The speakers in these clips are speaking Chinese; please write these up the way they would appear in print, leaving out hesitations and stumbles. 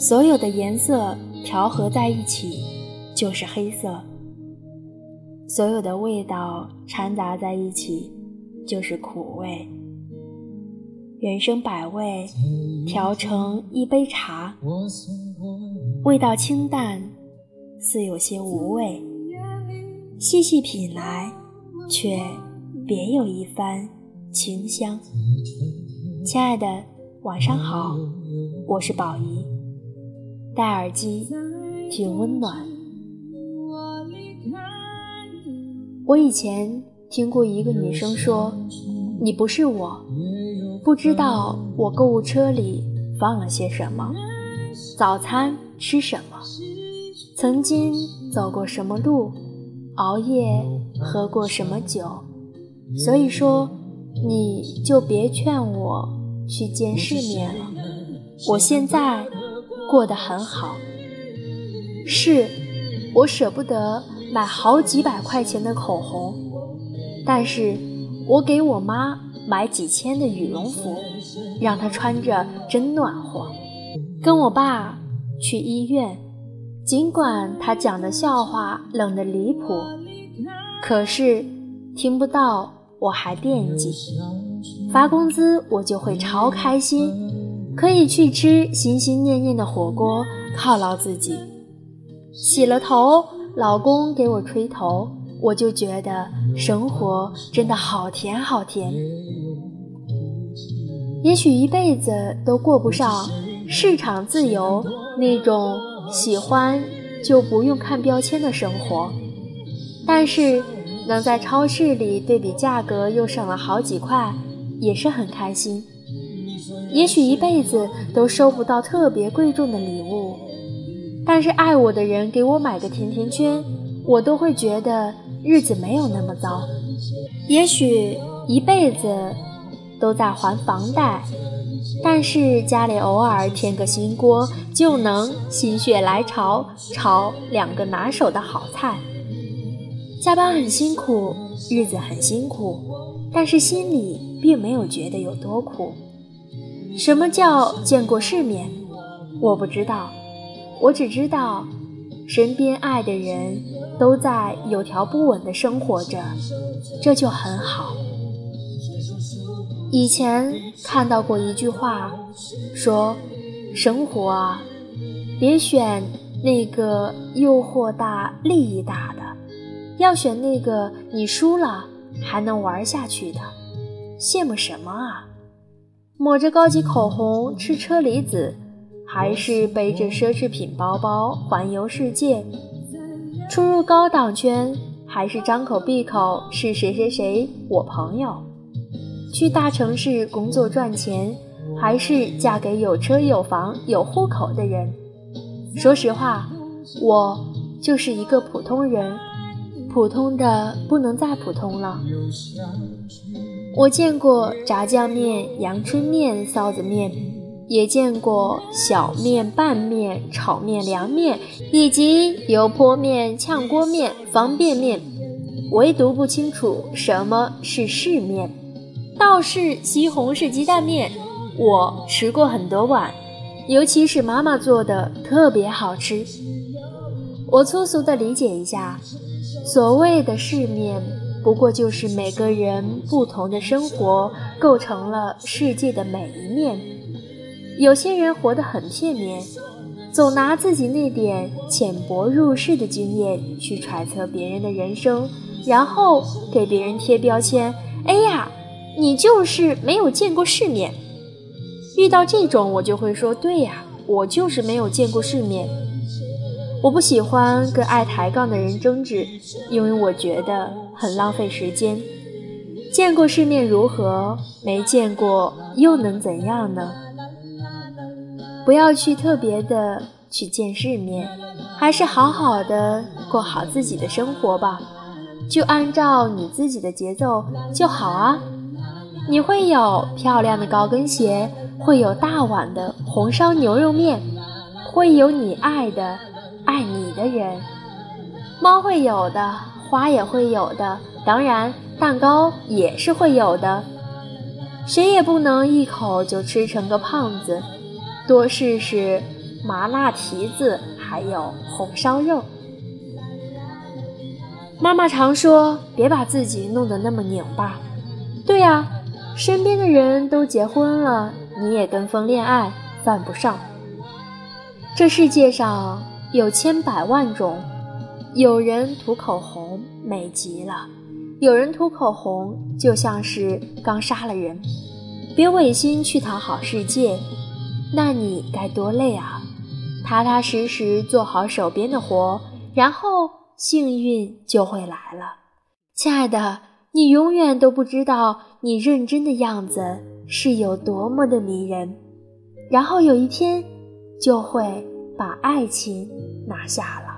所有的颜色调和在一起就是黑色，所有的味道掺杂在一起就是苦味。人生百味调成一杯茶，味道清淡，似有些无味，细细品来，却别有一番清香。亲爱的，晚上好，我是宝仪，戴耳机听温暖。我以前听过一个女生说，你不是我，不知道我购物车里放了些什么，早餐吃什么，曾经走过什么路，熬夜喝过什么酒，所以说你就别劝我去见世面了，我现在过得很好。是，我舍不得买好几百块钱的口红，但是我给我妈买几千的羽绒服，让她穿着真暖和。跟我爸去医院，尽管他讲的笑话冷得离谱，可是听不到我还惦记。发工资我就会超开心，可以去吃心心念念的火锅犒劳自己。洗了头，老公给我吹头，我就觉得生活真的好甜好甜。也许一辈子都过不上市场自由那种喜欢就不用看标签的生活，但是能在超市里对比价格又省了好几块，也是很开心。也许一辈子都收不到特别贵重的礼物，但是爱我的人给我买个甜甜圈，我都会觉得日子没有那么糟。也许一辈子都在还房贷，但是家里偶尔添个新锅，就能心血来潮炒2个拿手的好菜。加班很辛苦，日子很辛苦，但是心里并没有觉得有多苦。什么叫见过世面？我不知道，我只知道身边爱的人都在有条不紊地生活着，这就很好。以前看到过一句话，说生活啊，别选那个诱惑大利益大的，要选那个你输了还能玩下去的。羡慕什么啊？抹着高级口红吃车厘子，还是背着奢侈品包包环游世界？出入高档圈，还是张口闭口是谁谁谁我朋友？去大城市工作赚钱，还是嫁给有车有房有户口的人？说实话，我就是一个普通人，普通的不能再普通了。我见过炸酱面、阳春面、臊子面，也见过小面、拌面、炒面、凉面，以及油泼面、炝锅面、方便面，唯独不清楚什么是世面。道士西红柿鸡蛋面我吃过很多碗，尤其是妈妈做的特别好吃。我粗俗地理解一下，所谓的世面不过就是每个人不同的生活构成了世界的每一面。有些人活得很片面，总拿自己那点浅薄入世的经验去揣测别人的人生，然后给别人贴标签，哎呀，你就是没有见过世面。遇到这种我就会说，对呀，我就是没有见过世面。我不喜欢跟爱抬杠的人争执，因为我觉得很浪费时间。见过世面如何？没见过又能怎样呢？不要去特别的去见世面，还是好好的过好自己的生活吧，就按照你自己的节奏就好啊。你会有漂亮的高跟鞋，会有大碗的红烧牛肉面，会有你爱的爱你的人，猫会有的，花也会有的，当然蛋糕也是会有的。谁也不能一口就吃成个胖子，多试试麻辣蹄子，还有红烧肉。妈妈常说，别把自己弄得那么拧巴。对呀，身边的人都结婚了，你也跟风恋爱，犯不上。这世界上有千百万种，有人涂口红美极了，有人涂口红就像是刚杀了人。别违心去讨好世界，那你该多累啊！踏踏实实做好手边的活，然后幸运就会来了。亲爱的，你永远都不知道你认真的样子是有多么的迷人，然后有一天就会把爱情拿下了。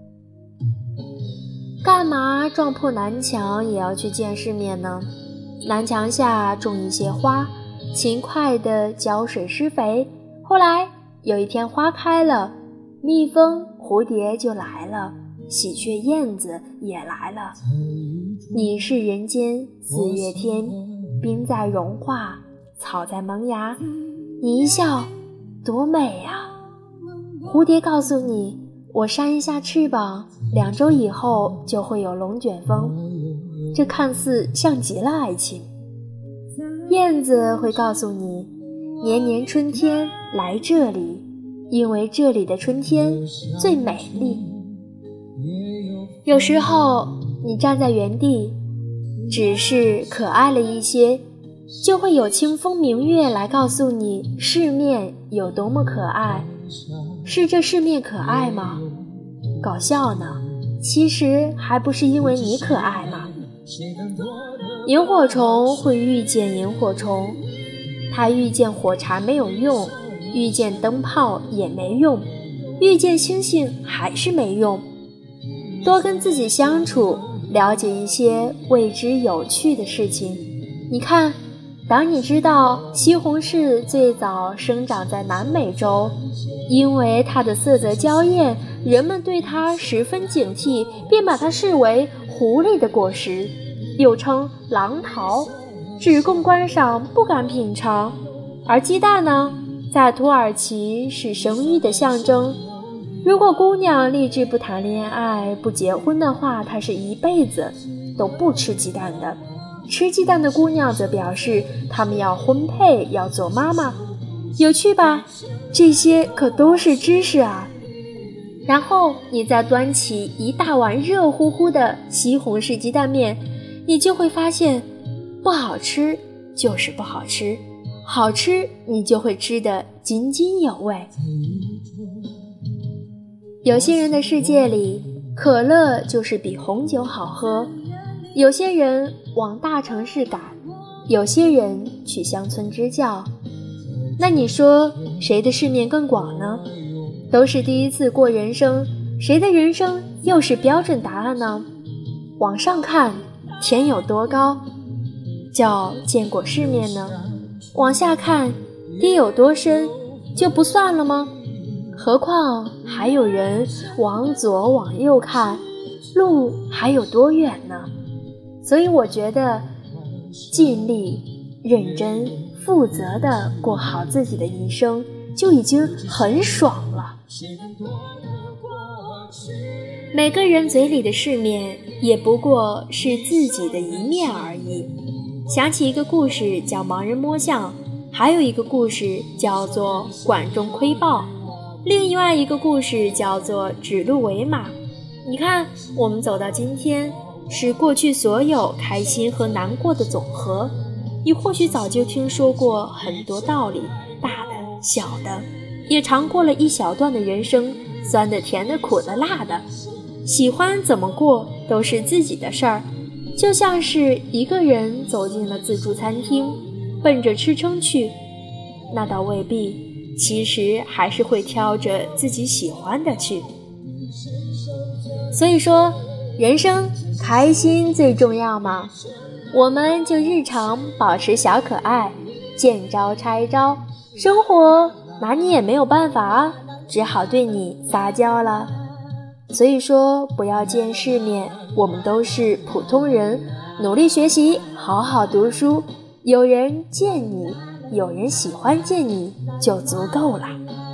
干嘛撞破南墙也要去见世面呢？南墙下种一些花，勤快地浇水施肥，后来有一天花开了，蜜蜂蝴蝶就来了，喜鹊燕子也来了。你是人间四月天，冰在融化，草在萌芽，你一笑多美啊！蝴蝶告诉你，我扇一下翅膀，2周以后就会有龙卷风，这看似像极了爱情。燕子会告诉你，年年春天来这里，因为这里的春天最美丽。有时候你站在原地，只是可爱了一些，就会有清风明月来告诉你世面有多么可爱。是这世面可爱吗？搞笑呢，其实还不是因为你可爱吗？萤火虫会遇见萤火虫，它遇见火柴没有用，遇见灯泡也没用，遇见星星还是没用。多跟自己相处，了解一些未知有趣的事情。你看，当你知道西红柿最早生长在南美洲，因为它的色泽娇艳，人们对它十分警惕，便把它视为狐狸的果实，又称狼桃，只供观赏，不敢品尝。而鸡蛋呢，在土耳其是生育的象征。如果姑娘立志不谈恋爱、不结婚的话，她是一辈子都不吃鸡蛋的。吃鸡蛋的姑娘则表示她们要婚配，要做妈妈。有趣吧？这些可都是知识啊。然后你再端起一大碗热乎乎的西红柿鸡蛋面，你就会发现，不好吃就是不好吃，好吃你就会吃得津津有味。有些人的世界里，可乐就是比红酒好喝。有些人往大城市赶，有些人去乡村支教。那你说谁的世面更广呢？都是第一次过人生，谁的人生又是标准答案呢？往上看，天有多高，叫见过世面呢？往下看，地有多深，就不算了吗？何况还有人往左往右看，路还有多远呢？所以我觉得尽力认真负责地过好自己的一生就已经很爽了。每个人嘴里的世面也不过是自己的一面而已。想起一个故事叫盲人摸象，还有一个故事叫做管中窥豹，另外一个故事叫做指鹿为马。你看，我们走到今天，是过去所有开心和难过的总和。你或许早就听说过很多道理，大的小的，也尝过了一小段的人生，酸的甜的苦的辣的。喜欢怎么过都是自己的事儿，就像是一个人走进了自助餐厅，奔着吃撑去，那倒未必，其实还是会挑着自己喜欢的去。所以说，人生开心最重要嘛，我们就日常保持小可爱，见招拆招，生活拿你也没有办法啊，只好对你撒娇了。所以说，不要见世面，我们都是普通人，努力学习，好好读书，有人见你，有人喜欢见你就足够了。